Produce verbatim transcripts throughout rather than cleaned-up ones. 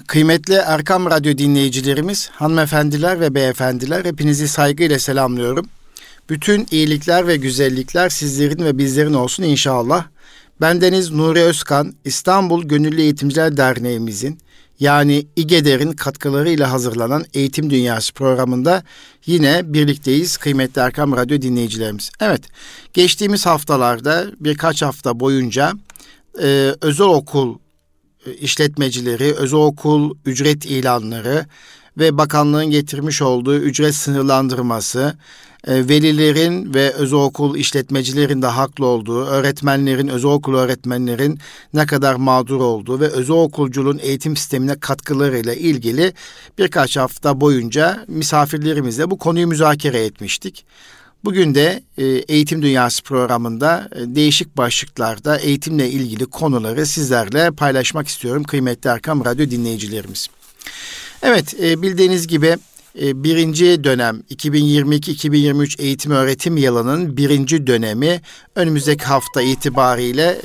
Kıymetli Erkam Radyo dinleyicilerimiz, hanımefendiler ve beyefendiler, hepinizi saygıyla selamlıyorum. Bütün iyilikler ve güzellikler sizlerin ve bizlerin olsun inşallah. Bendeniz Nuri Özkan, İstanbul Gönüllü Eğitimciler Derneğimizin yani İGEDER'in katkılarıyla hazırlanan Eğitim Dünyası programında yine birlikteyiz kıymetli Erkam Radyo dinleyicilerimiz. Evet, geçtiğimiz haftalarda birkaç hafta boyunca e, özel okul işletmecileri, özel okul ücret ilanları ve bakanlığın getirmiş olduğu ücret sınırlandırması, velilerin ve özel okul işletmecilerin de haklı olduğu, öğretmenlerin, özel okul öğretmenlerin ne kadar mağdur olduğu ve özel okulculuğun eğitim sistemine katkılarıyla ilgili birkaç hafta boyunca misafirlerimizle bu konuyu müzakere etmiştik. Bugün de Eğitim Dünyası programında değişik başlıklarda eğitimle ilgili konuları sizlerle paylaşmak istiyorum kıymetli Erkam Radyo dinleyicilerimiz. Evet, bildiğiniz gibi birinci dönem iki bin yirmi iki iki bin yirmi üç eğitim öğretim yılının birinci dönemi önümüzdeki hafta itibariyle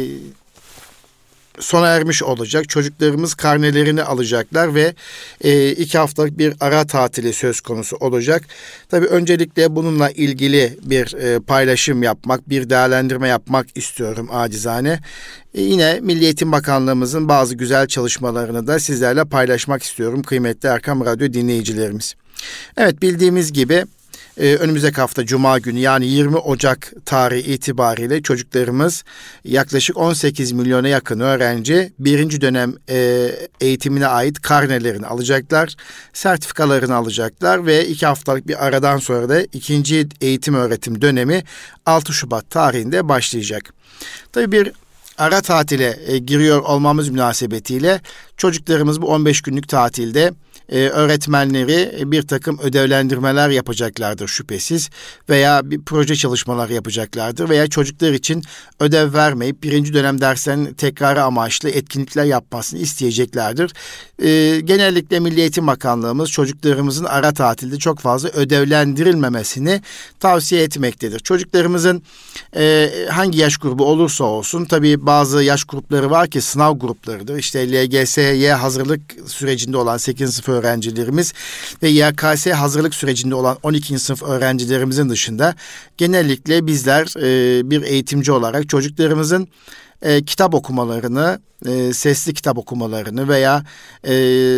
sona ermiş olacak. Çocuklarımız karnelerini alacaklar ve e, iki haftalık bir ara tatili söz konusu olacak. Tabii öncelikle bununla ilgili bir e, paylaşım yapmak, bir değerlendirme yapmak istiyorum acizane. E, yine Milli Eğitim Bakanlığımızın bazı güzel çalışmalarını da sizlerle paylaşmak istiyorum kıymetli Erkam Radyo dinleyicilerimiz. Evet, bildiğimiz gibi Ee, önümüzdeki hafta Cuma günü yani yirmi Ocak tarihi itibariyle çocuklarımız yaklaşık on sekiz milyona yakın öğrenci birinci dönem e, eğitimine ait karnelerini alacaklar, sertifikalarını alacaklar ve iki haftalık bir aradan sonra da ikinci eğitim öğretim dönemi altı Şubat tarihinde başlayacak. Tabii bir ara tatile e, giriyor olmamız münasebetiyle çocuklarımız bu on beş günlük tatilde Ee, öğretmenleri bir takım ödevlendirmeler yapacaklardır şüphesiz veya bir proje çalışmalar yapacaklardır veya çocuklar için ödev vermeyip birinci dönem derslerinin tekrarı amaçlı etkinlikler yapmasını isteyeceklerdir. Ee, genellikle Milli Eğitim Bakanlığımız çocuklarımızın ara tatilde çok fazla ödevlendirilmemesini tavsiye etmektedir. Çocuklarımızın e, hangi yaş grubu olursa olsun, tabii bazı yaş grupları var ki sınav gruplarıdır. İşte L G S'ye hazırlık sürecinde olan sekizinci sınıf öğrencilerimiz ve Y K S hazırlık sürecinde olan on ikinci sınıf öğrencilerimizin dışında genellikle bizler e, bir eğitimci olarak çocuklarımızın e, kitap okumalarını, e, sesli kitap okumalarını veya e,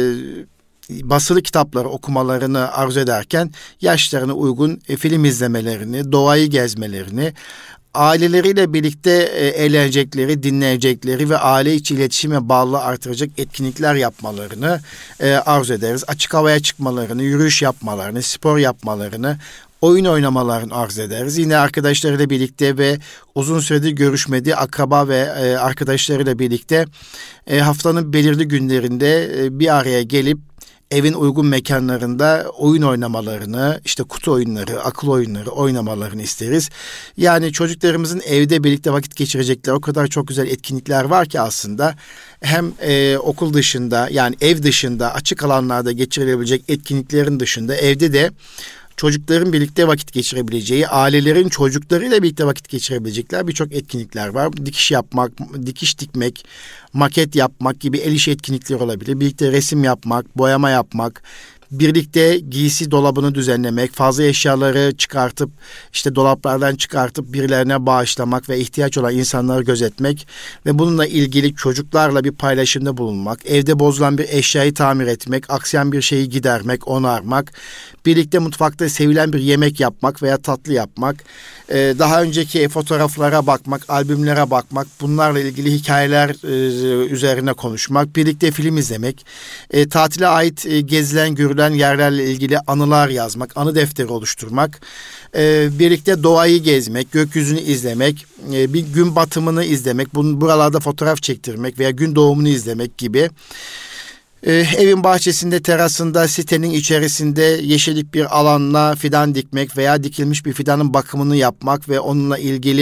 basılı kitapları okumalarını arzu ederken yaşlarına uygun e, film izlemelerini, doğayı gezmelerini, aileleriyle birlikte e, eğlenecekleri, dinleyecekleri ve aile içi iletişime bağlı artıracak etkinlikler yapmalarını e, arzu ederiz. Açık havaya çıkmalarını, yürüyüş yapmalarını, spor yapmalarını, oyun oynamalarını arzu ederiz. Yine arkadaşlarıyla birlikte ve uzun süredir görüşmediği akraba ve e, arkadaşlarıyla birlikte e, haftanın belirli günlerinde e, bir araya gelip evin uygun mekanlarında oyun oynamalarını, işte kutu oyunları, akıl oyunları oynamalarını isteriz. Yani çocuklarımızın evde birlikte vakit geçirecekleri o kadar çok güzel etkinlikler var ki aslında hem e, okul dışında yani ev dışında açık alanlarda geçirilebilecek etkinliklerin dışında evde de çocukların birlikte vakit geçirebileceği, ailelerin çocuklarıyla birlikte vakit geçirebilecekler birçok etkinlikler var. Dikiş yapmak, dikiş dikmek, maket yapmak gibi el işi etkinlikleri olabilir. Birlikte resim yapmak, boyama yapmak, birlikte giysi dolabını düzenlemek, fazla eşyaları çıkartıp işte dolaplardan çıkartıp birilerine bağışlamak ve ihtiyaç olan insanları gözetmek ve bununla ilgili çocuklarla bir paylaşımda bulunmak, evde bozulan bir eşyayı tamir etmek, aksayan bir şeyi gidermek, onarmak, birlikte mutfakta sevilen bir yemek yapmak veya tatlı yapmak, daha önceki fotoğraflara bakmak, albümlere bakmak, bunlarla ilgili hikayeler üzerine konuşmak, birlikte film izlemek, tatile ait gezilen, görülen yerlerle ilgili anılar yazmak, anı defteri oluşturmak, birlikte doğayı gezmek, gökyüzünü izlemek, bir gün batımını izlemek, bunu buralarda fotoğraf çektirmek veya gün doğumunu izlemek gibi. Ee, evin bahçesinde, terasında, sitenin içerisinde yeşillik bir alanla fidan dikmek veya dikilmiş bir fidanın bakımını yapmak ve onunla ilgili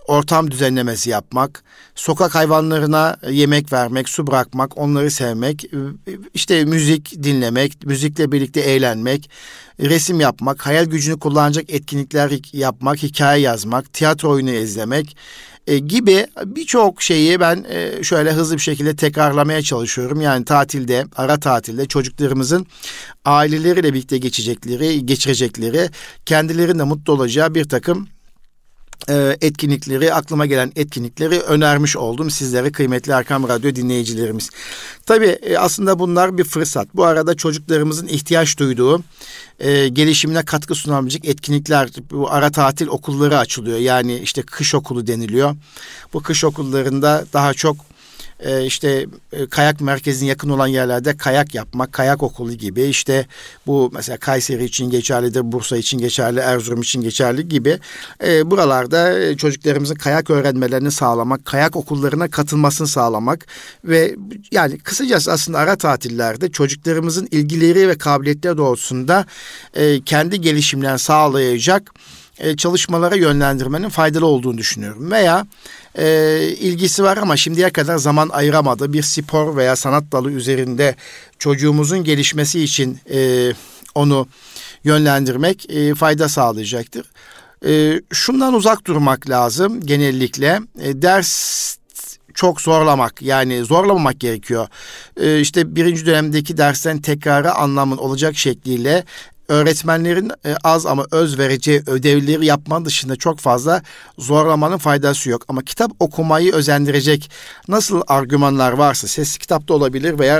ortam düzenlemesi yapmak, sokak hayvanlarına yemek vermek, su bırakmak, onları sevmek, işte müzik dinlemek, müzikle birlikte eğlenmek, resim yapmak, hayal gücünü kullanacak etkinlikler yapmak, hikaye yazmak, tiyatro oyunu izlemek e, gibi birçok şeyi ben e, şöyle hızlı bir şekilde tekrarlamaya çalışıyorum. Yani tatilde, ara tatilde çocuklarımızın aileleriyle birlikte geçecekleri, geçirecekleri, kendilerinin de mutlu olacağı bir takım etkinlikleri, aklıma gelen etkinlikleri önermiş oldum sizlere kıymetli Erkam Radyo dinleyicilerimiz. Tabii aslında bunlar bir fırsat. Bu arada çocuklarımızın ihtiyaç duyduğu e, gelişimine katkı sunabilecek etkinlikler, bu ara tatil okulları açılıyor. Yani işte kış okulu deniliyor. Bu kış okullarında daha çok Ee, işte e, kayak merkezine yakın olan yerlerde kayak yapmak, kayak okulu gibi, işte bu mesela Kayseri için geçerlidir, Bursa için geçerli, Erzurum için geçerli gibi e, buralarda e, çocuklarımızın kayak öğrenmelerini sağlamak, kayak okullarına katılmasını sağlamak ve yani kısacası aslında ara tatillerde çocuklarımızın ilgileri ve kabiliyetleri doğrultusunda e, kendi gelişimlerini sağlayacak e, çalışmalara yönlendirmenin faydalı olduğunu düşünüyorum. Veya e, ilgisi var ama şimdiye kadar zaman ayıramadı bir spor veya sanat dalı üzerinde çocuğumuzun gelişmesi için e, onu yönlendirmek e, fayda sağlayacaktır. E, şundan uzak durmak lazım genellikle. E, ders çok zorlamak, yani zorlamamak gerekiyor. E, işte birinci dönemdeki dersten tekrarı anlamın olacak şekliyle öğretmenlerin az ama öz vereceği ödevleri yapmanın dışında çok fazla zorlamanın faydası yok. Ama kitap okumayı özendirecek nasıl argümanlar varsa, sesli kitapta olabilir veya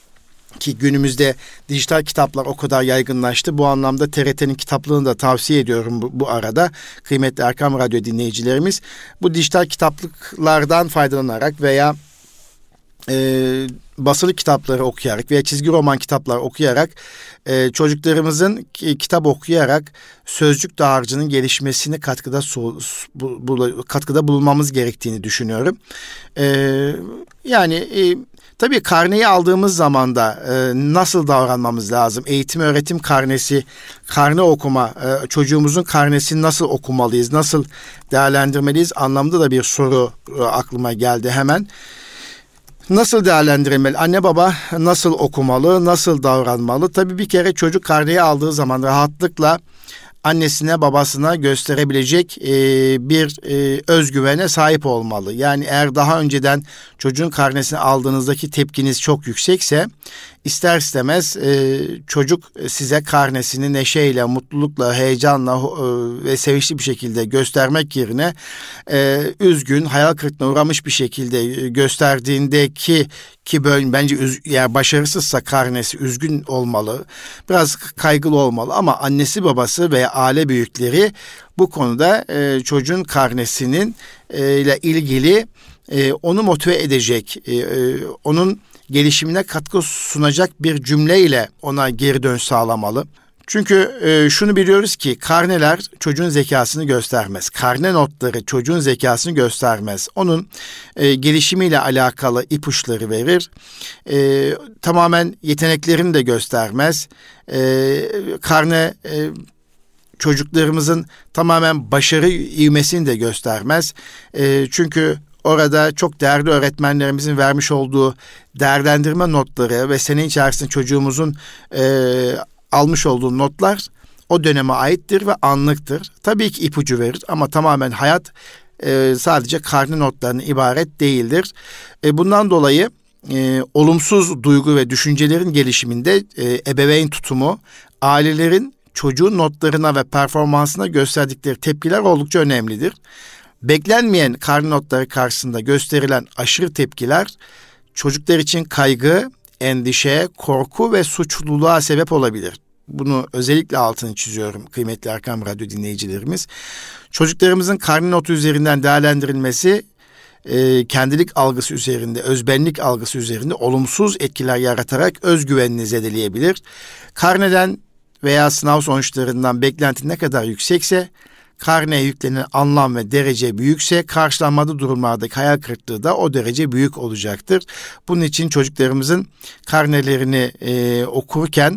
ki günümüzde dijital kitaplar o kadar yaygınlaştı. Bu anlamda T R T'nin kitaplığını da tavsiye ediyorum bu, bu arada. Kıymetli Erkam Radyo dinleyicilerimiz, bu dijital kitaplıklardan faydalanarak veya e, basılı kitapları okuyarak veya çizgi roman kitaplar okuyarak e, çocuklarımızın kitap okuyarak sözcük dağarcığının gelişmesine katkıda su, bu, bu, katkıda bulunmamız gerektiğini düşünüyorum. E, yani e, tabii karneyi aldığımız zaman da e, nasıl davranmamız lazım? Eğitim öğretim karnesi, karne okuma, e, çocuğumuzun karnesini nasıl okumalıyız, nasıl değerlendirmeliyiz anlamda da bir soru e, aklıma geldi hemen. Nasıl değerlendirilmeli? Anne baba nasıl okumalı, nasıl davranmalı? Tabii bir kere çocuk karneyi aldığı zaman rahatlıkla annesine babasına gösterebilecek e, bir e, özgüvene sahip olmalı. Yani eğer daha önceden çocuğun karnesini aldığınızdaki tepkiniz çok yüksekse ister istemez e, çocuk size karnesini neşeyle, mutlulukla, heyecanla e, ve sevinçli bir şekilde göstermek yerine e, üzgün, hayal kırıklığına uğramış bir şekilde gösterdiğindeki ki böyle bence üz, yani başarısızsa karnesi üzgün olmalı, biraz kaygılı olmalı ama annesi babası veya aile büyükleri bu konuda e, çocuğun karnesinin e, ile ilgili e, onu motive edecek, e, e, onun gelişimine katkı sunacak bir cümleyle ona geri dönüş sağlamalı. Çünkü e, şunu biliyoruz ki karneler çocuğun zekasını göstermez. Karne notları çocuğun zekasını göstermez. Onun e, gelişimiyle alakalı ipuçları verir. E, tamamen yeteneklerini de göstermez. E, karne e, çocuklarımızın tamamen başarı ivmesini de göstermez. E, çünkü orada çok değerli öğretmenlerimizin vermiş olduğu değerlendirme notları ve sene içerisinde çocuğumuzun e, almış olduğu notlar o döneme aittir ve anlıktır. Tabii ki ipucu verir ama tamamen hayat e, sadece karne notlarından ibaret değildir. E, bundan dolayı e, olumsuz duygu ve düşüncelerin gelişiminde e, ebeveyn tutumu, ailelerin çocuğun notlarına ve performansına gösterdikleri tepkiler oldukça önemlidir. Beklenmeyen karne notları karşısında gösterilen aşırı tepkiler çocuklar için kaygı, endişe, korku ve suçluluğa sebep olabilir. Bunu özellikle altını çiziyorum kıymetli Erkam Radyo dinleyicilerimiz. Çocuklarımızın karne notu üzerinden değerlendirilmesi e, kendilik algısı üzerinde, özbenlik algısı üzerinde olumsuz etkiler yaratarak özgüvenini zedeleyebilir. Karneden veya sınav sonuçlarından beklenti ne kadar yüksekse, karneye yüklenen anlam ve derece büyükse karşılanmadığı durumlardaki hayal kırıklığı da o derece büyük olacaktır. Bunun için çocuklarımızın karnelerini e, okurken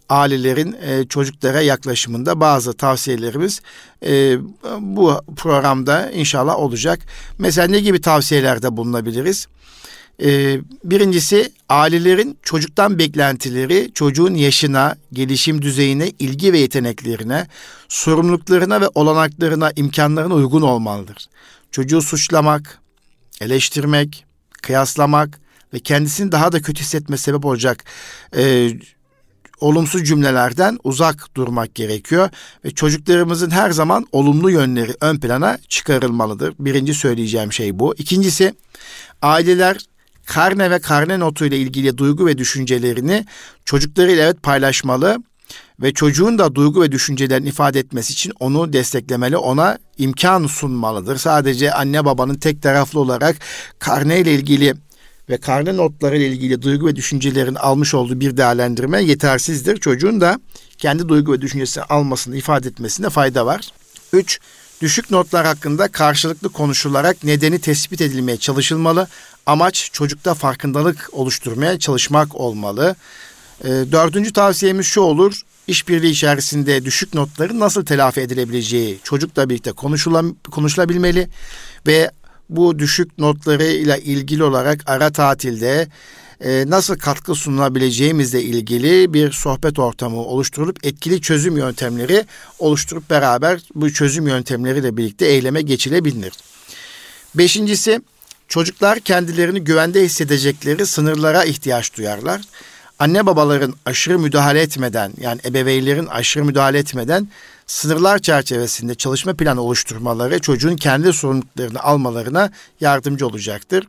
ailelerin e, çocuklara yaklaşımında bazı tavsiyelerimiz e, bu programda inşallah olacak. Mesela ne gibi tavsiyelerde bulunabiliriz? E, birincisi, ailelerin çocuktan beklentileri çocuğun yaşına, gelişim düzeyine, ilgi ve yeteneklerine, sorumluluklarına ve olanaklarına, imkanlarına uygun olmalıdır. Çocuğu suçlamak, eleştirmek, kıyaslamak ve kendisini daha da kötü hissetme sebep olacak e, olumsuz cümlelerden uzak durmak gerekiyor ve çocuklarımızın her zaman olumlu yönleri ön plana çıkarılmalıdır. Birinci söyleyeceğim şey bu. İkincisi, aileler karne ve karne notuyla ilgili duygu ve düşüncelerini çocuklarıyla evet paylaşmalı ve çocuğun da duygu ve düşüncelerini ifade etmesi için onu desteklemeli, ona imkan sunmalıdır. Sadece anne babanın tek taraflı olarak karne ile ilgili ve karne notları ile ilgili duygu ve düşüncelerin almış olduğu bir değerlendirme yetersizdir. Çocuğun da kendi duygu ve düşüncesini almasını, ifade etmesinde fayda var. Üç, düşük notlar hakkında karşılıklı konuşularak nedeni tespit edilmeye çalışılmalı. Amaç çocukta farkındalık oluşturmaya çalışmak olmalı. E, dördüncü tavsiyemiz şu olur. İşbirliği içerisinde düşük notların nasıl telafi edilebileceği çocukla birlikte konuşulan, konuşulabilmeli ve bu düşük notlarıyla ilgili olarak ara tatilde e, nasıl katkı sunulabileceğimizle ilgili bir sohbet ortamı oluşturulup etkili çözüm yöntemleri oluşturup beraber bu çözüm yöntemleriyle birlikte eyleme geçilebilir. Beşincisi, çocuklar kendilerini güvende hissedecekleri sınırlara ihtiyaç duyarlar. Anne babaların aşırı müdahale etmeden, yani ebeveynlerin aşırı müdahale etmeden sınırlar çerçevesinde çalışma planı oluşturmaları çocuğun kendi sorumluluklarını almalarına yardımcı olacaktır.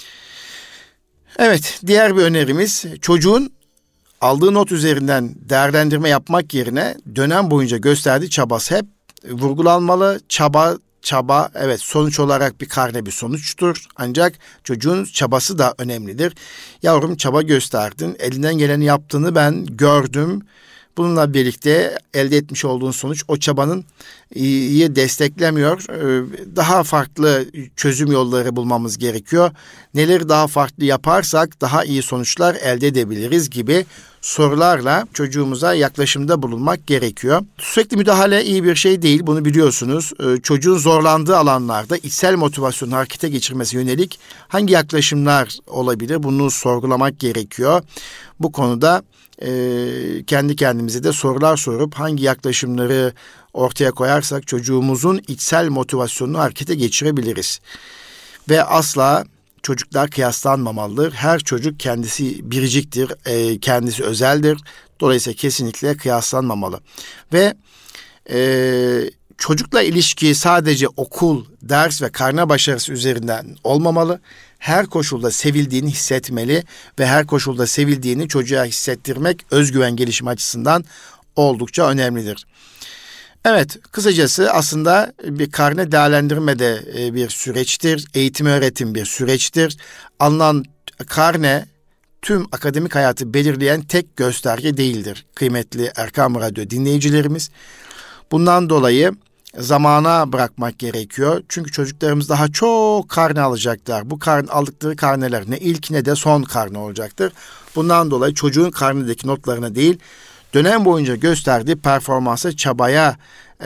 Evet, diğer bir önerimiz, çocuğun aldığı not üzerinden değerlendirme yapmak yerine dönem boyunca gösterdiği çabası hep vurgulanmalı. Çaba Çaba evet sonuç olarak bir karne bir sonuçtur. Ancak çocuğun çabası da önemlidir. Yavrum, çaba gösterdin. Elinden geleni yaptığını ben gördüm. Bununla birlikte elde etmiş olduğun sonuç o çabanın iyi desteklemiyor. Daha farklı çözüm yolları bulmamız gerekiyor. Neleri daha farklı yaparsak daha iyi sonuçlar elde edebiliriz gibi sorularla çocuğumuza yaklaşımda bulunmak gerekiyor. Sürekli müdahale iyi bir şey değil, bunu biliyorsunuz. Çocuğun zorlandığı alanlarda içsel motivasyonu harekete geçirmesi yönelik hangi yaklaşımlar olabilir? Bunu sorgulamak gerekiyor. Bu konuda e, kendi kendimize de sorular sorup hangi yaklaşımları ortaya koyarsak çocuğumuzun içsel motivasyonunu harekete geçirebiliriz. Ve asla çocuklar kıyaslanmamalıdır. Her çocuk kendisi biriciktir, e, kendisi özeldir. Dolayısıyla kesinlikle kıyaslanmamalı. Ve e, çocukla ilişki sadece okul, ders ve karne başarısı üzerinden olmamalı. Her koşulda sevildiğini hissetmeli ve her koşulda sevildiğini çocuğa hissettirmek özgüven gelişimi açısından oldukça önemlidir. Evet, kısacası aslında bir karne değerlendirme de bir süreçtir. Eğitim öğretim bir süreçtir. Alınan karne tüm akademik hayatı belirleyen tek gösterge değildir kıymetli Erkam Radyo dinleyicilerimiz. Bundan dolayı zamana bırakmak gerekiyor. Çünkü çocuklarımız daha çok karne alacaklar. Bu karne, aldıkları karneler ne ilk ne de son karne olacaktır. Bundan dolayı çocuğun karnedeki notlarına değil, dönem boyunca gösterdiği performansa, çabaya e,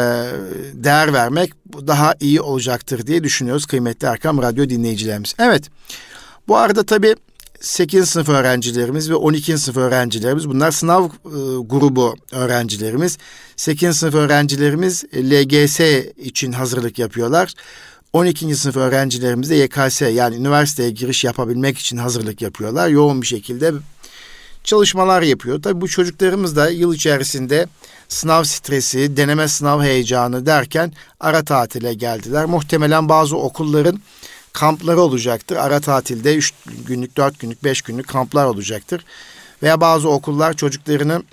değer vermek daha iyi olacaktır diye düşünüyoruz kıymetli Erkam Radyo dinleyicilerimiz. Evet, bu arada tabii sekizinci sınıf öğrencilerimiz ve on ikinci sınıf öğrencilerimiz, bunlar sınav e, grubu öğrencilerimiz. sekizinci sınıf öğrencilerimiz L G S için hazırlık yapıyorlar. on ikinci sınıf öğrencilerimiz de Y K S, yani üniversiteye giriş yapabilmek için hazırlık yapıyorlar. Yoğun bir şekilde çalışmalar yapıyor. Tabii bu çocuklarımız da yıl içerisinde sınav stresi, deneme sınav heyecanı derken ara tatile geldiler. Muhtemelen bazı okulların kampları olacaktır. Ara tatilde üç günlük, dört günlük, beş günlük kamplar olacaktır. Veya bazı okullar çocuklarını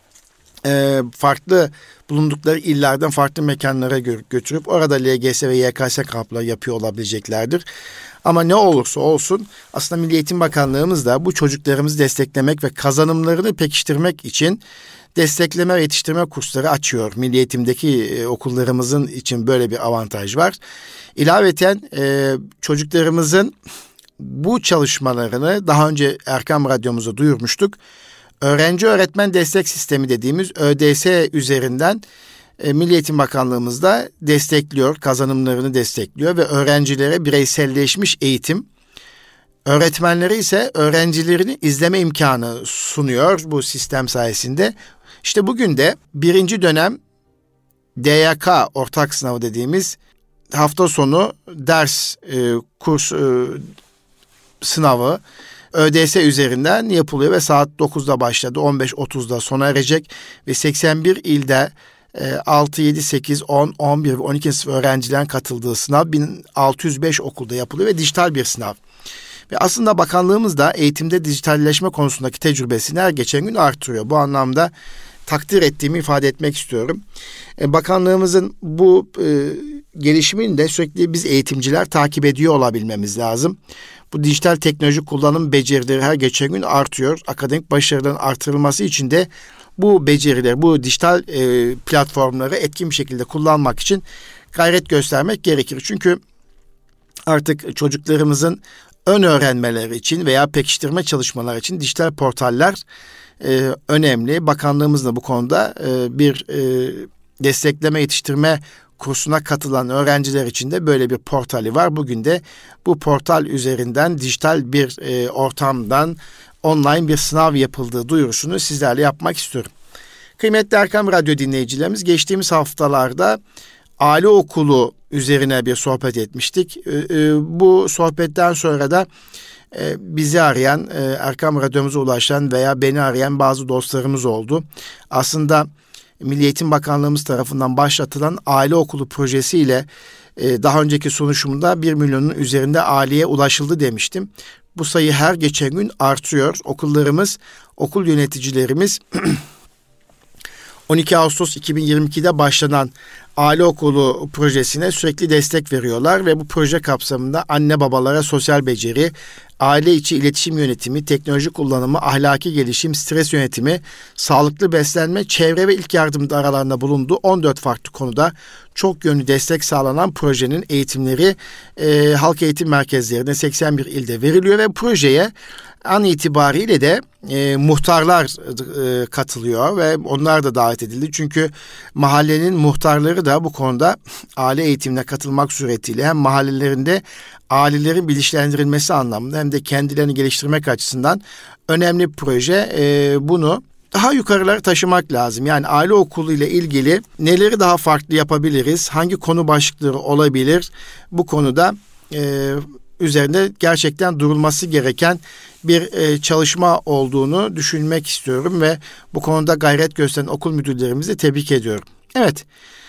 e, farklı bulundukları illerden farklı mekanlara gö- götürüp orada L G S ve Y K S kampları yapıyor olabileceklerdir. Ama ne olursa olsun aslında Milli Eğitim Bakanlığımız da bu çocuklarımızı desteklemek ve kazanımlarını pekiştirmek için destekleme ve yetiştirme kursları açıyor. Milli Eğitim'deki e, okullarımızın için böyle bir avantaj var. İlaveten e, çocuklarımızın bu çalışmalarını daha önce Erkam Radyomuzda duyurmuştuk. Öğrenci öğretmen destek sistemi dediğimiz ÖDS üzerinden e, Milli Eğitim Bakanlığımız da destekliyor, kazanımlarını destekliyor ve öğrencilere bireyselleşmiş eğitim, öğretmenlere ise öğrencilerini izleme imkanı sunuyor bu sistem sayesinde. İşte bugün de birinci dönem D Y K ortak sınavı dediğimiz hafta sonu ders, e, kurs e, sınavı ÖDS üzerinden yapılıyor ve saat dokuzda başladı, on beş otuzda sona erecek ve seksen bir ilde e, altı, yedi, sekiz, on, on bir ve on iki sınıf öğrencilerin katıldığı sınav bin altı yüz beş okulda yapılıyor ve dijital bir sınav. Ve aslında bakanlığımız da eğitimde dijitalleşme konusundaki tecrübesini her geçen gün artırıyor. Bu anlamda takdir ettiğimi ifade etmek istiyorum. E, bakanlığımızın bu e, gelişimini de sürekli biz eğitimciler takip ediyor olabilmemiz lazım. Bu dijital teknoloji kullanım becerileri her geçen gün artıyor. Akademik başarıların artırılması için de bu beceriler, bu dijital e, platformları etkin bir şekilde kullanmak için gayret göstermek gerekir. Çünkü artık çocuklarımızın ön öğrenmeleri için veya pekiştirme çalışmaları için dijital portaller e, önemli. Bakanlığımız da bu konuda e, bir e, destekleme, yetiştirme kursuna katılan öğrenciler için de böyle bir portali var. Bugün de bu portal üzerinden dijital bir e, ortamdan online bir sınav yapıldığı duyurusunu sizlerle yapmak istiyorum. Kıymetli Erkam Radyo dinleyicilerimiz, geçtiğimiz haftalarda aile okulu üzerine bir sohbet etmiştik. E, e, bu sohbetten sonra da e, bizi arayan, e, Erkam Radyomuza ulaşan veya beni arayan bazı dostlarımız oldu. Aslında Milli Eğitim Bakanlığımız tarafından başlatılan aile okulu projesiyle e, daha önceki sunuşumda bir milyonun üzerinde aileye ulaşıldı demiştim. Bu sayı her geçen gün artıyor. Okullarımız, okul yöneticilerimiz on iki Ağustos iki bin yirmi ikide başlanan aile okulu projesine sürekli destek veriyorlar ve bu proje kapsamında anne babalara sosyal beceri, aile içi iletişim yönetimi, teknoloji kullanımı, ahlaki gelişim, stres yönetimi, sağlıklı beslenme, çevre ve ilk yardımda aralarında bulunduğu on dört farklı konuda çok yönlü destek sağlanan projenin eğitimleri e, halk eğitim merkezlerinde seksen bir ilde veriliyor ve projeye an itibariyle de e, muhtarlar e, katılıyor ve onlar da davet edildi. Çünkü mahallenin muhtarları da bu konuda aile eğitimine katılmak suretiyle hem mahallelerinde ailelerin bilinçlendirilmesi anlamında hem de kendilerini geliştirmek açısından önemli bir proje. E, bunu daha yukarılara taşımak lazım. Yani aile okulu ile ilgili neleri daha farklı yapabiliriz? Hangi konu başlıkları olabilir? Bu konuda e, üzerinde gerçekten durulması gereken bir e, çalışma olduğunu düşünmek istiyorum ve bu konuda gayret gösteren okul müdürlerimizi tebrik ediyorum. Evet.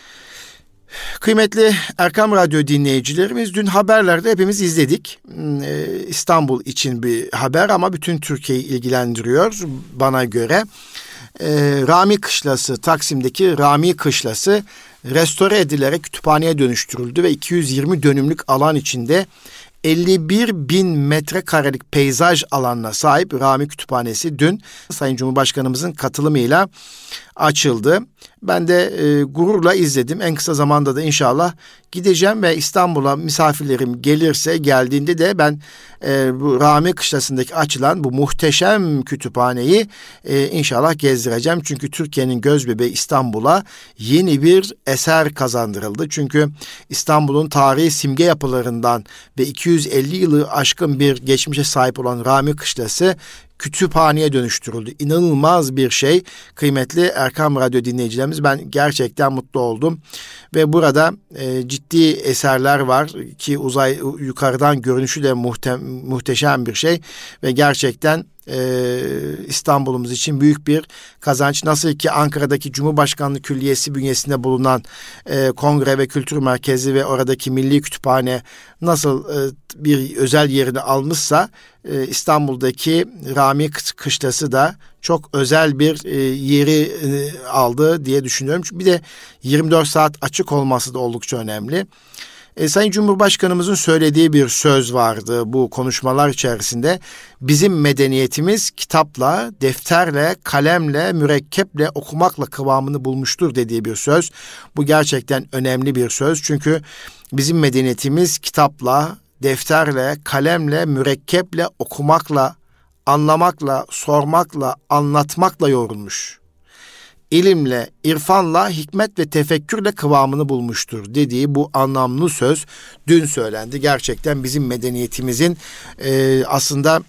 Kıymetli Erkam Radyo dinleyicilerimiz, dün haberlerde hepimiz izledik. Ee, İstanbul için bir haber ama bütün Türkiye'yi ilgilendiriyor bana göre. Ee, Rami Kışlası, Taksim'deki Rami Kışlası restore edilerek kütüphaneye dönüştürüldü ve iki yüz yirmi dönümlük alan içinde elli bir bin metrekarelik peyzaj alanına sahip Rami Kütüphanesi dün Sayın Cumhurbaşkanımızın katılımıyla açıldı. Ben de e, gururla izledim. En kısa zamanda da inşallah gideceğim ve İstanbul'a misafirlerim gelirse geldiğinde de ben e, bu Rami Kışlası'ndaki açılan bu muhteşem kütüphaneyi e, inşallah gezdireceğim. Çünkü Türkiye'nin gözbebeği İstanbul'a yeni bir eser kazandırıldı. Çünkü İstanbul'un tarihi simge yapılarından ve iki yüz elli yılı aşkın bir geçmişe sahip olan Rami Kışlası kütüphaneye dönüştürüldü. İnanılmaz bir şey. Kıymetli Erkam Radyo dinleyicilerimiz, ben gerçekten mutlu oldum. Ve burada e, ciddi eserler var ki uzay yukarıdan görünüşü de muhte, muhteşem bir şey. Ve gerçekten e, İstanbul'umuz için büyük bir kazanç. Nasıl ki Ankara'daki Cumhurbaşkanlığı Külliyesi bünyesinde bulunan e, Kongre ve Kültür Merkezi ve oradaki Milli Kütüphane nasıl e, bir özel yerini almışsa e, İstanbul'daki Rami Kışlası da çok özel bir e, yeri e, aldı diye düşünüyorum. Bir de yirmi dört saat açık olması da oldukça önemli. E, Sayın Cumhurbaşkanımızın söylediği bir söz vardı bu konuşmalar içerisinde. Bizim medeniyetimiz kitapla, defterle, kalemle, mürekkeple, okumakla kıvamını bulmuştur dediği bir söz. Bu gerçekten önemli bir söz. Çünkü bizim medeniyetimiz kitapla, defterle, kalemle, mürekkeple, okumakla anlamakla, sormakla, anlatmakla yoğrulmuş. İlimle, irfanla, hikmet ve tefekkürle kıvamını bulmuştur dediği bu anlamlı söz dün söylendi. Gerçekten bizim medeniyetimizin e, aslında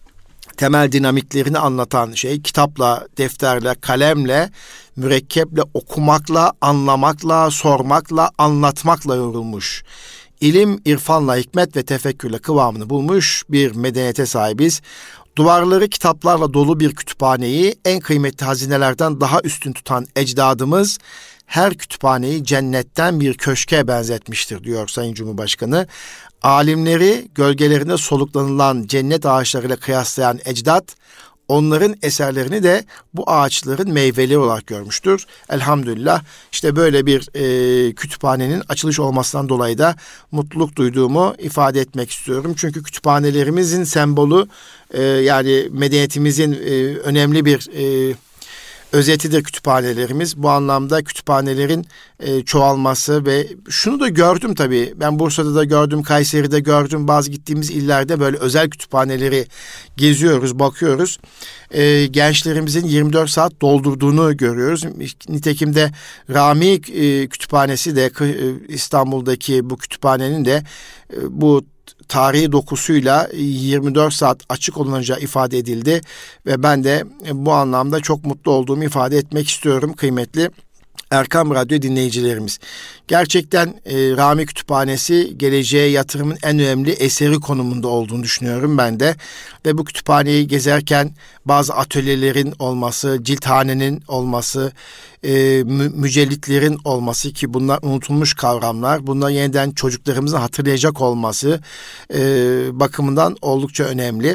temel dinamiklerini anlatan şey, kitapla, defterle, kalemle, mürekkeple, okumakla, anlamakla, sormakla, anlatmakla yorulmuş. İlim, irfanla, hikmet ve tefekkürle kıvamını bulmuş bir medeniyete sahibiz. Duvarları kitaplarla dolu bir kütüphaneyi en kıymetli hazinelerden daha üstün tutan ecdadımız her kütüphaneyi cennetten bir köşke benzetmiştir diyor Sayın Cumhurbaşkanı. Alimleri gölgelerinde soluklanılan cennet ağaçlarıyla kıyaslayan ecdat, onların eserlerini de bu ağaçların meyveleri olarak görmüştür. Elhamdülillah işte böyle bir e, kütüphanenin açılış olmasından dolayı da mutluluk duyduğumu ifade etmek istiyorum. Çünkü kütüphanelerimizin sembolü e, yani medeniyetimizin e, önemli bir e, özetidir kütüphanelerimiz. Bu anlamda kütüphanelerin e, çoğalması ve şunu da gördüm tabii. Ben Bursa'da da gördüm, Kayseri'de gördüm. Bazı gittiğimiz illerde böyle özel kütüphaneleri geziyoruz, bakıyoruz. E, gençlerimizin yirmi dört saat doldurduğunu görüyoruz. Nitekim de Rami e, Kütüphanesi de e, İstanbul'daki bu kütüphanenin de e, bu tarihi dokusuyla yirmi dört saat açık olunacağı ifade edildi ve ben de bu anlamda çok mutlu olduğumu ifade etmek istiyorum kıymetli Erkam Radyo dinleyicilerimiz. Gerçekten e, Rami Kütüphanesi geleceğe yatırımın en önemli eseri konumunda olduğunu düşünüyorum ben de. Ve bu kütüphaneyi gezerken bazı atölyelerin olması, cilthanenin olması, e, mü- mücellitlerin olması ki bunlar unutulmuş kavramlar. Bunlar yeniden çocuklarımızın hatırlayacak olması e, bakımından oldukça önemli.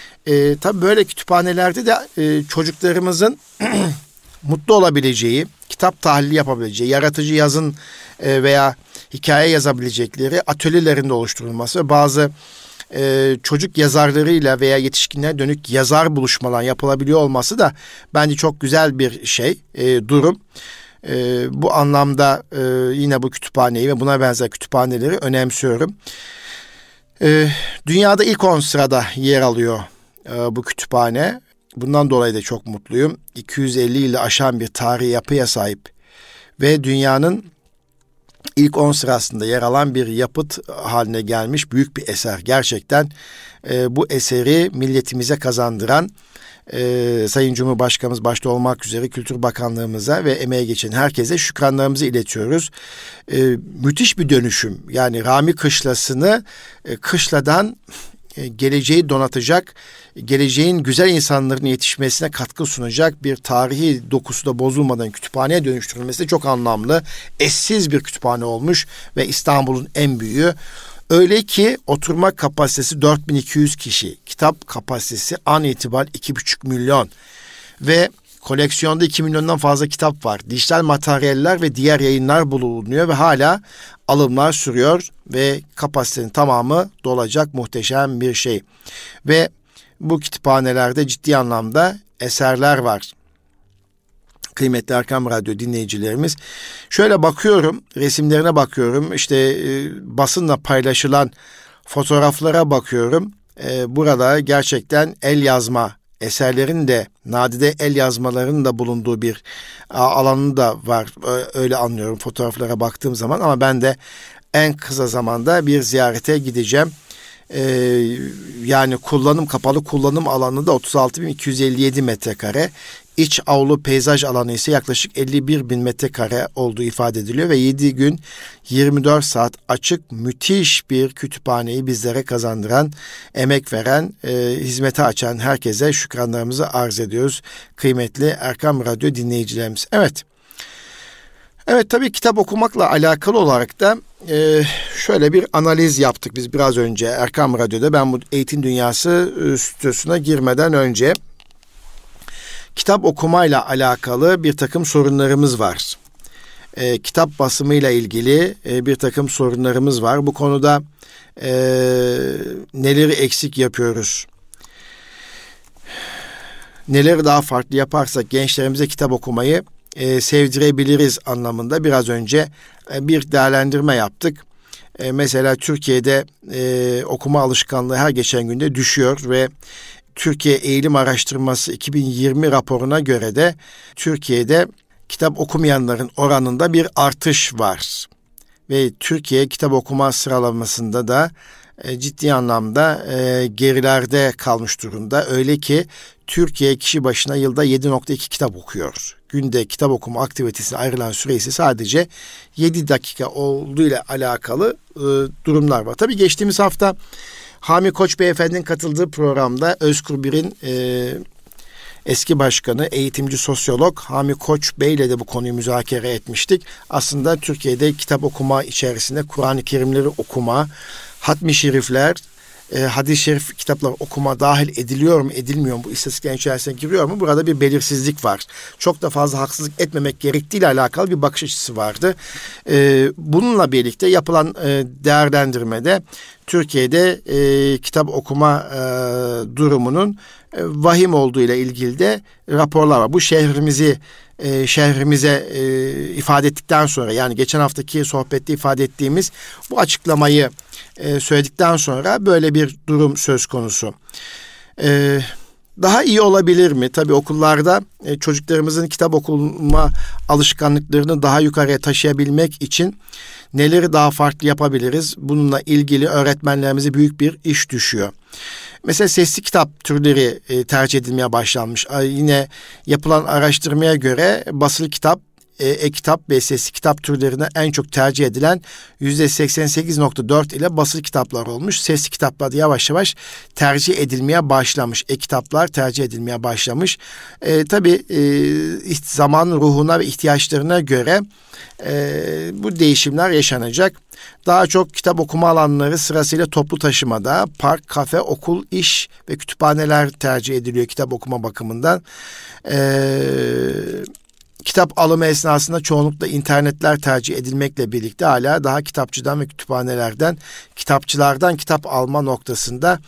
E, tabii böyle kütüphanelerde de e, çocuklarımızın mutlu olabileceği, kitap tahlili yapabileceği, yaratıcı yazın e, veya hikaye yazabilecekleri atölyelerin de oluşturulması ve bazı e, çocuk yazarlarıyla veya yetişkinlere dönük yazar buluşmalar yapılabiliyor olması da bence çok güzel bir şey, e, durum. E, bu anlamda e, yine bu kütüphaneyi ve buna benzer kütüphaneleri önemsiyorum. E, dünyada ilk on sırada yer alıyor e, bu kütüphane. Bundan dolayı da çok mutluyum. iki yüz elli yılı aşan bir tarihi yapıya sahip ve dünyanın ilk on sırasında yer alan bir yapıt haline gelmiş büyük bir eser. Gerçekten e, bu eseri milletimize kazandıran e, Sayın Cumhurbaşkanımız başta olmak üzere Kültür Bakanlığımıza ve emeğe geçen herkese şükranlarımızı iletiyoruz. E, müthiş bir dönüşüm. Yani Rami Kışlası'nı e, kışladan geleceği donatacak, geleceğin güzel insanların yetişmesine katkı sunacak bir tarihi dokusu da bozulmadan kütüphaneye dönüştürülmesi de çok anlamlı. Eşsiz bir kütüphane olmuş ve İstanbul'un en büyüğü. Öyle ki oturma kapasitesi dört bin iki yüz kişi, kitap kapasitesi an itibariyle iki buçuk milyon ve koleksiyonda iki milyondan fazla kitap var. Dijital materyaller ve diğer yayınlar bulunuyor ve hala alımlar sürüyor ve kapasitenin tamamı dolacak muhteşem bir şey. Ve bu kütüphanelerde ciddi anlamda eserler var. Kıymetli Erkam Radyo dinleyicilerimiz. Şöyle bakıyorum, resimlerine bakıyorum, işte e, basınla paylaşılan fotoğraflara bakıyorum. E, burada gerçekten el yazma eserlerin de nadide el yazmalarının da bulunduğu bir alanı da var. Öyle anlıyorum fotoğraflara baktığım zaman ama ben de en kısa zamanda bir ziyarete gideceğim. Ee, yani kullanım kapalı kullanım alanı da otuz altı bin iki yüz elli yedi metrekare. İç avlu peyzaj alanı ise yaklaşık elli bir bin metrekare olduğu ifade ediliyor ve yedi gün yirmi dört saat açık müthiş bir kütüphaneyi bizlere kazandıran, emek veren, e, hizmete açan herkese şükranlarımızı arz ediyoruz. Kıymetli Erkam Radyo dinleyicilerimiz. Evet. Evet tabii kitap okumakla alakalı olarak da e, şöyle bir analiz yaptık biz biraz önce Erkam Radyo'da. Ben bu Eğitim Dünyası e, stüdyosuna girmeden önce kitap okumayla alakalı bir takım sorunlarımız var. E, kitap basımıyla ilgili e, bir takım sorunlarımız var. Bu konuda e, neleri eksik yapıyoruz? Neleri daha farklı yaparsak gençlerimize kitap okumayı e, sevdirebiliriz anlamında biraz önce e, bir değerlendirme yaptık. E, mesela Türkiye'de e, okuma alışkanlığı her geçen günde düşüyor ve Türkiye Eğilim Araştırması iki bin yirmi raporuna göre de Türkiye'de kitap okumayanların oranında bir artış var. Ve Türkiye kitap okuma sıralamasında da e, ciddi anlamda e, gerilerde kalmış durumda. Öyle ki Türkiye kişi başına yılda yedi nokta iki kitap okuyor. Günde kitap okuma aktivitesine ayrılan süre ise sadece yedi dakika olduğu ile alakalı e, durumlar var. Tabii geçtiğimiz hafta Hami Koç Beyefendi'nin katıldığı programda Özkur Bir'in e, eski başkanı, eğitimci sosyolog Hami Koç Bey ile de bu konuyu müzakere etmiştik. Aslında Türkiye'de kitap okuma içerisinde Kur'an-ı Kerimleri okuma, hatmi şerifler, e, hadis-i şerif kitaplar okuma dahil ediliyor mu, edilmiyor mu? Bu istatistiklerin içerisine giriyor mu? Burada bir belirsizlik var. Çok da fazla haksızlık etmemek gerektiğiyle alakalı bir bakış açısı vardı. E, bununla birlikte yapılan e, değerlendirmede Türkiye'de e, kitap okuma e, durumunun e, vahim olduğu ile ilgili de raporlar var. Bu şehrimizi e, şehrimize e, ifade ettikten sonra, yani geçen haftaki sohbette ifade ettiğimiz bu açıklamayı e, söyledikten sonra böyle bir durum söz konusu. E, daha iyi olabilir mi? Tabii okullarda e, çocuklarımızın kitap okuma alışkanlıklarını daha yukarıya taşıyabilmek için neleri daha farklı yapabiliriz? Bununla ilgili öğretmenlerimize büyük bir iş düşüyor. Mesela sesli kitap türleri e, tercih edilmeye başlanmış. E, yine yapılan araştırmaya göre basılı kitap, e, e-kitap ve sesli kitap türlerine en çok tercih edilen yüzde seksen sekiz nokta dört ile basılı kitaplar olmuş. Sesli kitaplar da yavaş yavaş tercih edilmeye başlamış. E-kitaplar tercih edilmeye başlamış. E, tabii e, zaman ruhuna ve ihtiyaçlarına göre e, bu değişimler yaşanacak. Daha çok kitap okuma alanları sırasıyla toplu taşımada, park, kafe, okul, iş ve kütüphaneler tercih ediliyor kitap okuma bakımından. Eee Kitap alımı esnasında çoğunlukla internetler tercih edilmekle birlikte hala daha kitapçıdan ve kütüphanelerden, kitapçılardan kitap alma noktasında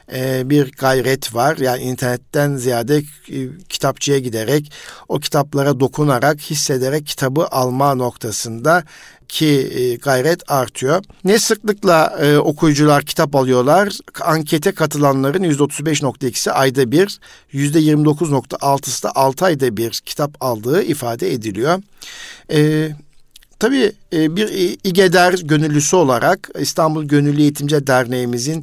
e, bir gayret var. Yani internetten ziyade e, kitapçıya giderek, o kitaplara dokunarak, hissederek kitabı alma noktasında ki e, gayret artıyor. Ne sıklıkla e, okuyucular kitap alıyorlar? Ankete katılanların yüzde otuz beş nokta ikisi ayda bir, yüzde yirmi dokuz nokta altısı da altı ayda bir kitap aldığı ifade ediliyor. E, tabii e, bir İGEDER gönüllüsü olarak İstanbul Gönüllü Eğitimci Derneğimizin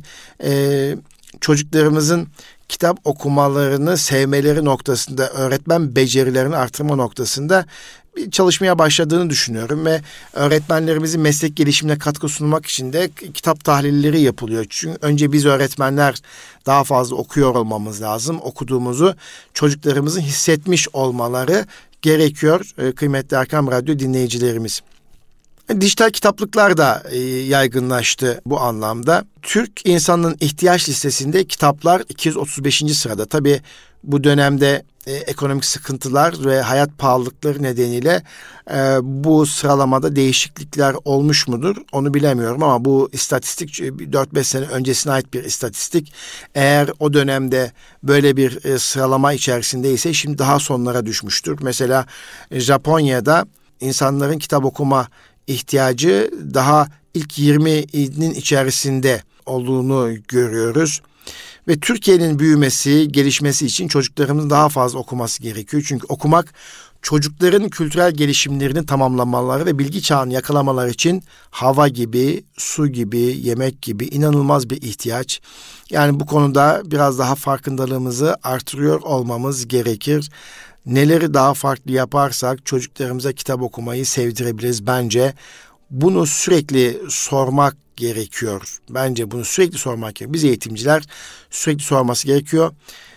e, çocuklarımızın kitap okumalarını sevmeleri noktasında, öğretmen becerilerini artırma noktasında bir çalışmaya başladığını düşünüyorum ve öğretmenlerimizin meslek gelişimine katkı sunmak için de kitap tahlilleri yapılıyor. Çünkü önce biz öğretmenler daha fazla okuyor olmamız lazım. Okuduğumuzu çocuklarımızın hissetmiş olmaları gerekiyor kıymetli Erkam Radyo dinleyicilerimiz. Dijital kitaplıklar da e, yaygınlaştı bu anlamda. Türk insanının ihtiyaç listesinde kitaplar iki yüz otuz beşinci sırada. Tabii bu dönemde e, ekonomik sıkıntılar ve hayat pahalılıkları nedeniyle e, bu sıralamada değişiklikler olmuş mudur? Onu bilemiyorum ama bu istatistik dört beş sene öncesine ait bir istatistik. Eğer o dönemde böyle bir e, sıralama içerisindeyse şimdi daha sonlara düşmüştür. Mesela e, Japonya'da insanların kitap okuma ihtiyacı daha ilk yirminin içerisinde olduğunu görüyoruz. Ve Türkiye'nin büyümesi, gelişmesi için çocuklarımızın daha fazla okuması gerekiyor. Çünkü okumak çocukların kültürel gelişimlerini tamamlamaları ve bilgi çağını yakalamaları için hava gibi, su gibi, yemek gibi inanılmaz bir ihtiyaç. Yani bu konuda biraz daha farkındalığımızı artırıyor olmamız gerekir. Neleri daha farklı yaparsak çocuklarımıza kitap okumayı sevdirebiliriz bence. Bunu sürekli sormak gerekiyor. Bence bunu sürekli sormak gerekiyor. Biz eğitimciler sürekli sorması gerekiyor.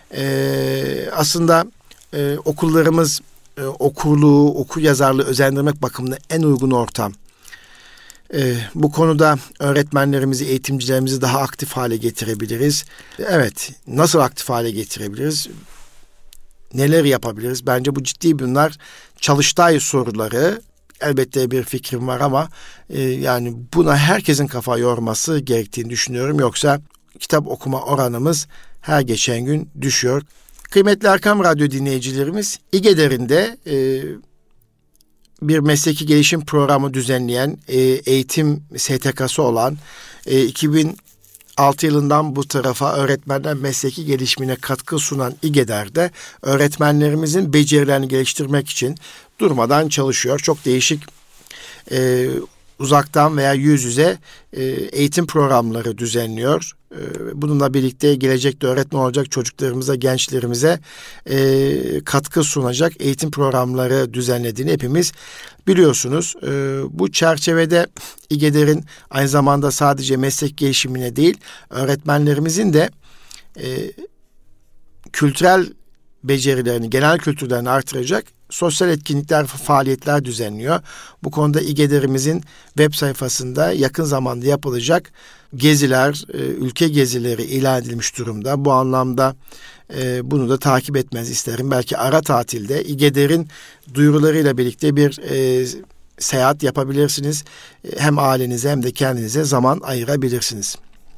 Ee, aslında e, okullarımız e, okurluğu, okur yazarlığı özendirmek bakımından en uygun ortam. Ee, bu konuda öğretmenlerimizi, eğitimcilerimizi daha aktif hale getirebiliriz. Evet, nasıl aktif hale getirebiliriz? Neler yapabiliriz? Bence bu ciddi bunlar çalıştay soruları. Elbette bir fikrim var ama e, yani buna herkesin kafa yorması gerektiğini düşünüyorum. Yoksa kitap okuma oranımız her geçen gün düşüyor. Kıymetli Erkam Radyo dinleyicilerimiz, İGEDER'in de e, bir mesleki gelişim programı düzenleyen e, eğitim S T K'sı olan e, iki bin altı yılından bu tarafa öğretmenler mesleki gelişimine katkı sunan İGEDER'de öğretmenlerimizin becerilerini geliştirmek için durmadan çalışıyor. Çok değişik e, uzaktan veya yüz yüze e, eğitim programları düzenliyor. E, bununla birlikte gelecekte öğretmen olacak çocuklarımıza, gençlerimize e, katkı sunacak eğitim programları düzenlediğini hepimiz biliyorsunuz. E, bu çerçevede İGEDER'in aynı zamanda sadece meslek gelişimine değil, öğretmenlerimizin de e, kültürel becerilerini, genel kültürlerini artıracak sosyal etkinlikler, faaliyetler düzenliyor. Bu konuda İGEDER'imizin web sayfasında yakın zamanda yapılacak geziler, ülke gezileri ilan edilmiş durumda. Bu anlamda e, bunu da takip etmenizi isterim. Belki ara tatilde İGEDER'in duyurularıyla birlikte bir e, seyahat yapabilirsiniz. Hem ailenize hem de kendinize zaman ayırabilirsiniz.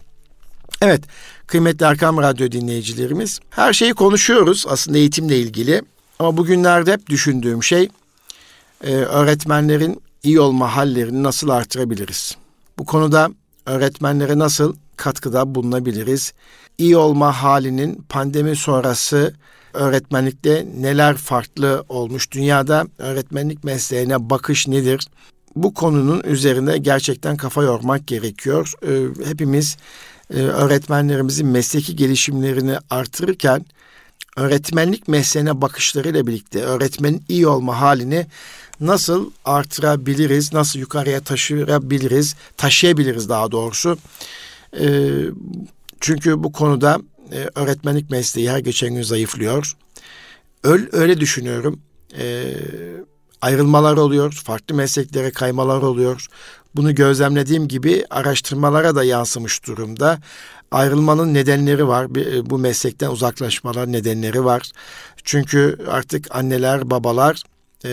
Evet, kıymetli Erkam Radyo dinleyicilerimiz, her şeyi konuşuyoruz aslında eğitimle ilgili. Ama bugünlerde hep düşündüğüm şey, e, öğretmenlerin iyi olma hallerini nasıl artırabiliriz? Bu konuda öğretmenlere nasıl katkıda bulunabiliriz? İyi olma halinin pandemi sonrası öğretmenlikte neler farklı olmuş? Dünyada öğretmenlik mesleğine bakış nedir? Bu konunun üzerine gerçekten kafa yormak gerekiyor. E, hepimiz e, öğretmenlerimizin mesleki gelişimlerini artırırken, öğretmenlik mesleğine bakışlarıyla birlikte öğretmenin iyi olma halini nasıl artırabiliriz, nasıl yukarıya taşıyabiliriz, taşıyabiliriz daha doğrusu. E, çünkü bu konuda e, öğretmenlik mesleği her geçen gün zayıflıyor. Öyle, öyle düşünüyorum. E, ayrılmalar oluyor, farklı mesleklere kaymalar oluyor. Bunu gözlemlediğim gibi araştırmalara da yansımış durumda. Ayrılmanın nedenleri var. Bu meslekten uzaklaşmalar nedenleri var. Çünkü artık anneler, babalar,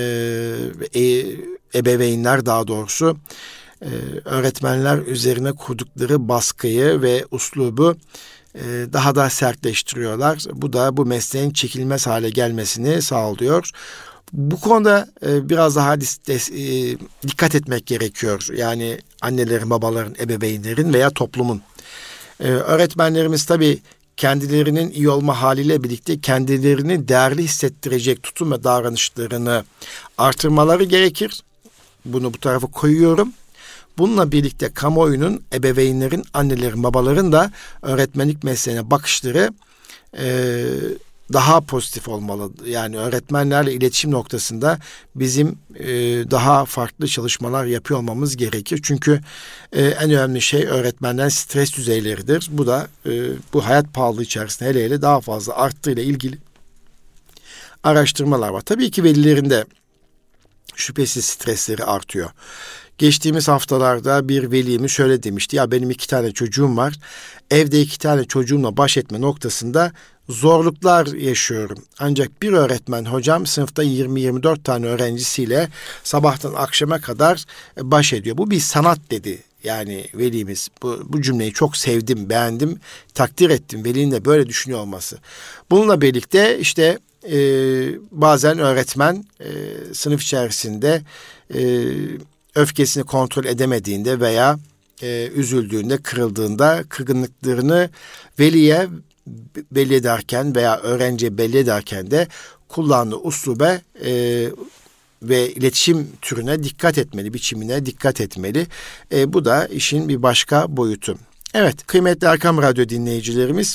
e, ebeveynler daha doğrusu e, öğretmenler üzerine kurdukları baskıyı ve uslubu e, daha da sertleştiriyorlar. Bu da bu mesleğin çekilmez hale gelmesini sağlıyor. Bu konuda e, biraz daha dis- e, dikkat etmek gerekiyor. Yani annelerin, babaların, ebeveynlerin veya toplumun. Ee, öğretmenlerimiz tabii kendilerinin iyi olma haliyle birlikte kendilerini değerli hissettirecek tutum ve davranışlarını artırmaları gerekir. Bunu bu tarafa koyuyorum. Bununla birlikte kamuoyunun, ebeveynlerin, annelerin, babaların da öğretmenlik mesleğine bakışları e, daha pozitif olmalı. Yani öğretmenlerle iletişim noktasında bizim e, daha farklı çalışmalar yapıyor olmamız gerekir. Çünkü e, en önemli şey öğretmenlerin stres düzeyleridir. Bu da e, bu hayat pahalılığı içerisinde hele hele daha fazla arttığıyla ilgili araştırmalar var. Tabii ki velilerin de şüphesiz stresleri artıyor. Geçtiğimiz haftalarda bir velimiz şöyle demişti. Ya benim iki tane çocuğum var. Evde iki tane çocuğumla baş etme noktasında zorluklar yaşıyorum. Ancak bir öğretmen hocam sınıfta yirmi yirmi dört tane öğrencisiyle sabahtan akşama kadar baş ediyor. Bu bir sanat dedi. Yani velimiz bu, bu cümleyi çok sevdim, beğendim, takdir ettim. Velinin de böyle düşünüyor olması. Bununla birlikte işte e, bazen öğretmen e, sınıf içerisinde e, öfkesini kontrol edemediğinde veya e, üzüldüğünde, kırıldığında kırgınlıklarını veliye belli ederken veya öğrenciye belli ederken de kullandığı uslube e, ve iletişim türüne dikkat etmeli, biçimine dikkat etmeli. E, bu da işin bir başka boyutu. Evet, kıymetli Erkam Radyo dinleyicilerimiz,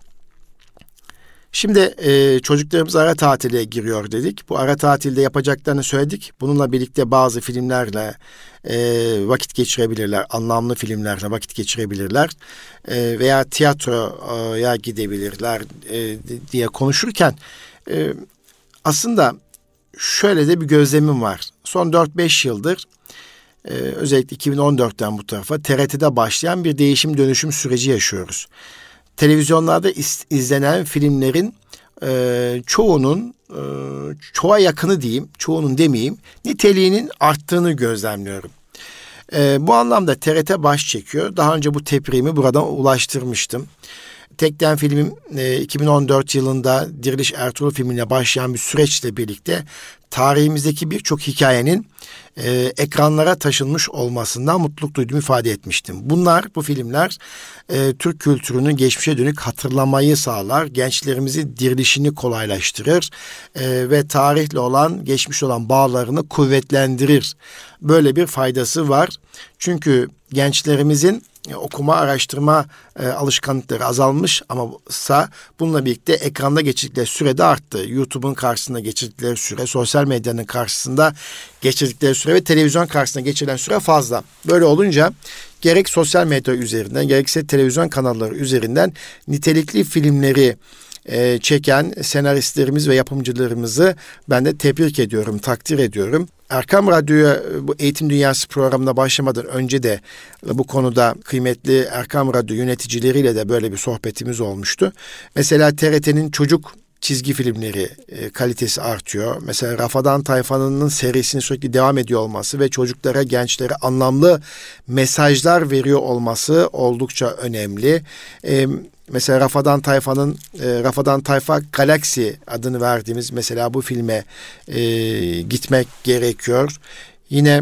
şimdi e, çocuklarımız ara tatile giriyor dedik. Bu ara tatilde yapacaklarını söyledik. Bununla birlikte bazı filmlerle e, vakit geçirebilirler. Anlamlı filmlerle vakit geçirebilirler. E, veya tiyatroya gidebilirler e, diye konuşurken e, aslında şöyle de bir gözlemim var. Son dört beş yıldır e, özellikle iki bin on dörtten bu tarafa T R T'de başlayan bir değişim dönüşüm süreci yaşıyoruz. Televizyonlarda iz, izlenen filmlerin e, çoğunun, e, çoğa yakını diyeyim, çoğunun demeyeyim, niteliğinin arttığını gözlemliyorum. E, bu anlamda T R T baş çekiyor. Daha önce bu teprimi buradan ulaştırmıştım. Tekden filmim e, iki bin on dört yılında Diriliş Ertuğrul filmiyle başlayan bir süreçle birlikte tarihimizdeki birçok hikayenin e, ekranlara taşınmış olmasından mutluluk duyduğumu ifade etmiştim. Bunlar, bu filmler e, Türk kültürünün geçmişe dönük hatırlamayı sağlar, gençlerimizi dirilişini kolaylaştırır e, ve tarihle olan, geçmişle olan bağlarını kuvvetlendirir. Böyle bir faydası var. Çünkü gençlerimizin okuma, araştırma e, alışkanlıkları azalmış ama bununla birlikte ekranda geçirdikleri süre de arttı. YouTube'un karşısında geçirdikleri süre, sosyal medyanın karşısında geçirdikleri süre ve televizyon karşısında geçirilen süre fazla. Böyle olunca gerek sosyal medya üzerinden gerekse televizyon kanalları üzerinden nitelikli filmleri e, çeken senaristlerimiz ve yapımcılarımızı ben de tebrik ediyorum, takdir ediyorum. Erkam Radyo'ya bu Eğitim Dünyası programına başlamadan önce de bu konuda kıymetli Erkam Radyo yöneticileriyle de böyle bir sohbetimiz olmuştu. Mesela T R T'nin çocuk çizgi filmleri e, kalitesi artıyor. Mesela Rafadan Tayfan'ın serisinin sürekli devam ediyor olması ve çocuklara, gençlere anlamlı mesajlar veriyor olması oldukça önemli. E, Mesela Rafadan Tayfa'nın e, Rafadan Tayfa Galaxy adını verdiğimiz mesela bu filme e, gitmek gerekiyor. Yine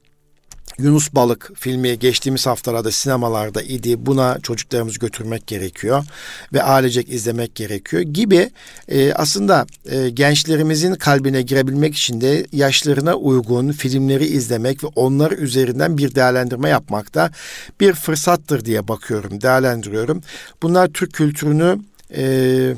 Yunus Balık filmi geçtiğimiz haftalarda sinemalarda idi. Buna çocuklarımızı götürmek gerekiyor ve ailecek izlemek gerekiyor gibi e, aslında e, gençlerimizin kalbine girebilmek için de yaşlarına uygun filmleri izlemek ve onlar üzerinden bir değerlendirme yapmak da bir fırsattır diye bakıyorum, değerlendiriyorum. Bunlar Türk kültürünü e,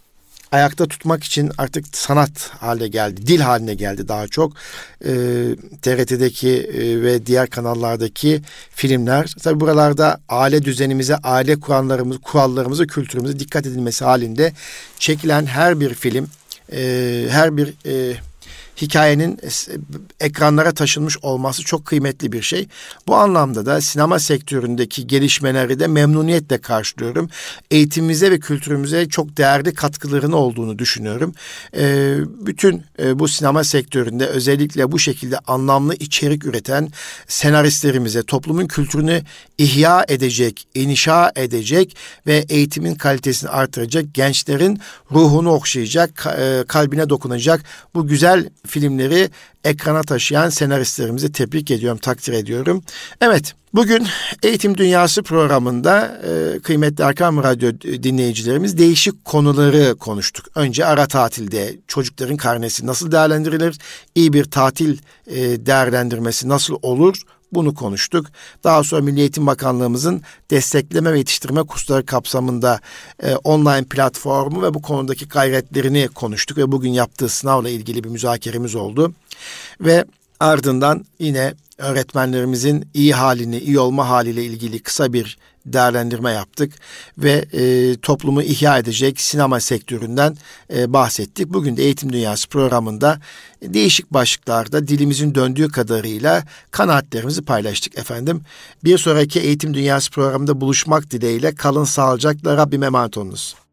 ayakta tutmak için artık sanat haline geldi, dil haline geldi daha çok. Ee, T R T'deki e, ve diğer kanallardaki filmler, tabii buralarda aile düzenimize, aile kurallarımız, kurallarımıza, kültürümüze dikkat edilmesi halinde çekilen her bir film, e, her bir e, hikayenin ekranlara taşınmış olması çok kıymetli bir şey. Bu anlamda da sinema sektöründeki gelişmeleri de memnuniyetle karşılıyorum. Eğitimimize ve kültürümüze çok değerli katkılarının olduğunu düşünüyorum. Ee, bütün e, bu sinema sektöründe özellikle bu şekilde anlamlı içerik üreten senaristlerimize toplumun kültürünü ihya edecek, inşa edecek ve eğitimin kalitesini artıracak, gençlerin ruhunu okşayacak, e, kalbine dokunacak bu güzel filmleri ekrana taşıyan senaristlerimizi tebrik ediyorum, takdir ediyorum. Evet, bugün Eğitim Dünyası programında e, kıymetli Erkam Radyo dinleyicilerimiz değişik konuları konuştuk. Önce ara tatilde çocukların karnesi nasıl değerlendirilir? İyi bir tatil e, değerlendirmesi nasıl olur? Bunu konuştuk. Daha sonra Milli Eğitim Bakanlığımızın destekleme ve yetiştirme kursları kapsamında e, online platformu ve bu konudaki gayretlerini konuştuk ve bugün yaptığı sınavla ilgili bir müzakeremiz oldu. Ve ardından yine öğretmenlerimizin iyi halini, iyi olma haliyle ilgili kısa bir değerlendirme yaptık ve e, toplumu ihya edecek sinema sektöründen e, bahsettik. Bugün de Eğitim Dünyası programında değişik başlıklarda dilimizin döndüğü kadarıyla kanaatlerimizi paylaştık efendim. Bir sonraki Eğitim Dünyası programında buluşmak dileğiyle kalın sağlıcakla, Rabbime emanet olunuz.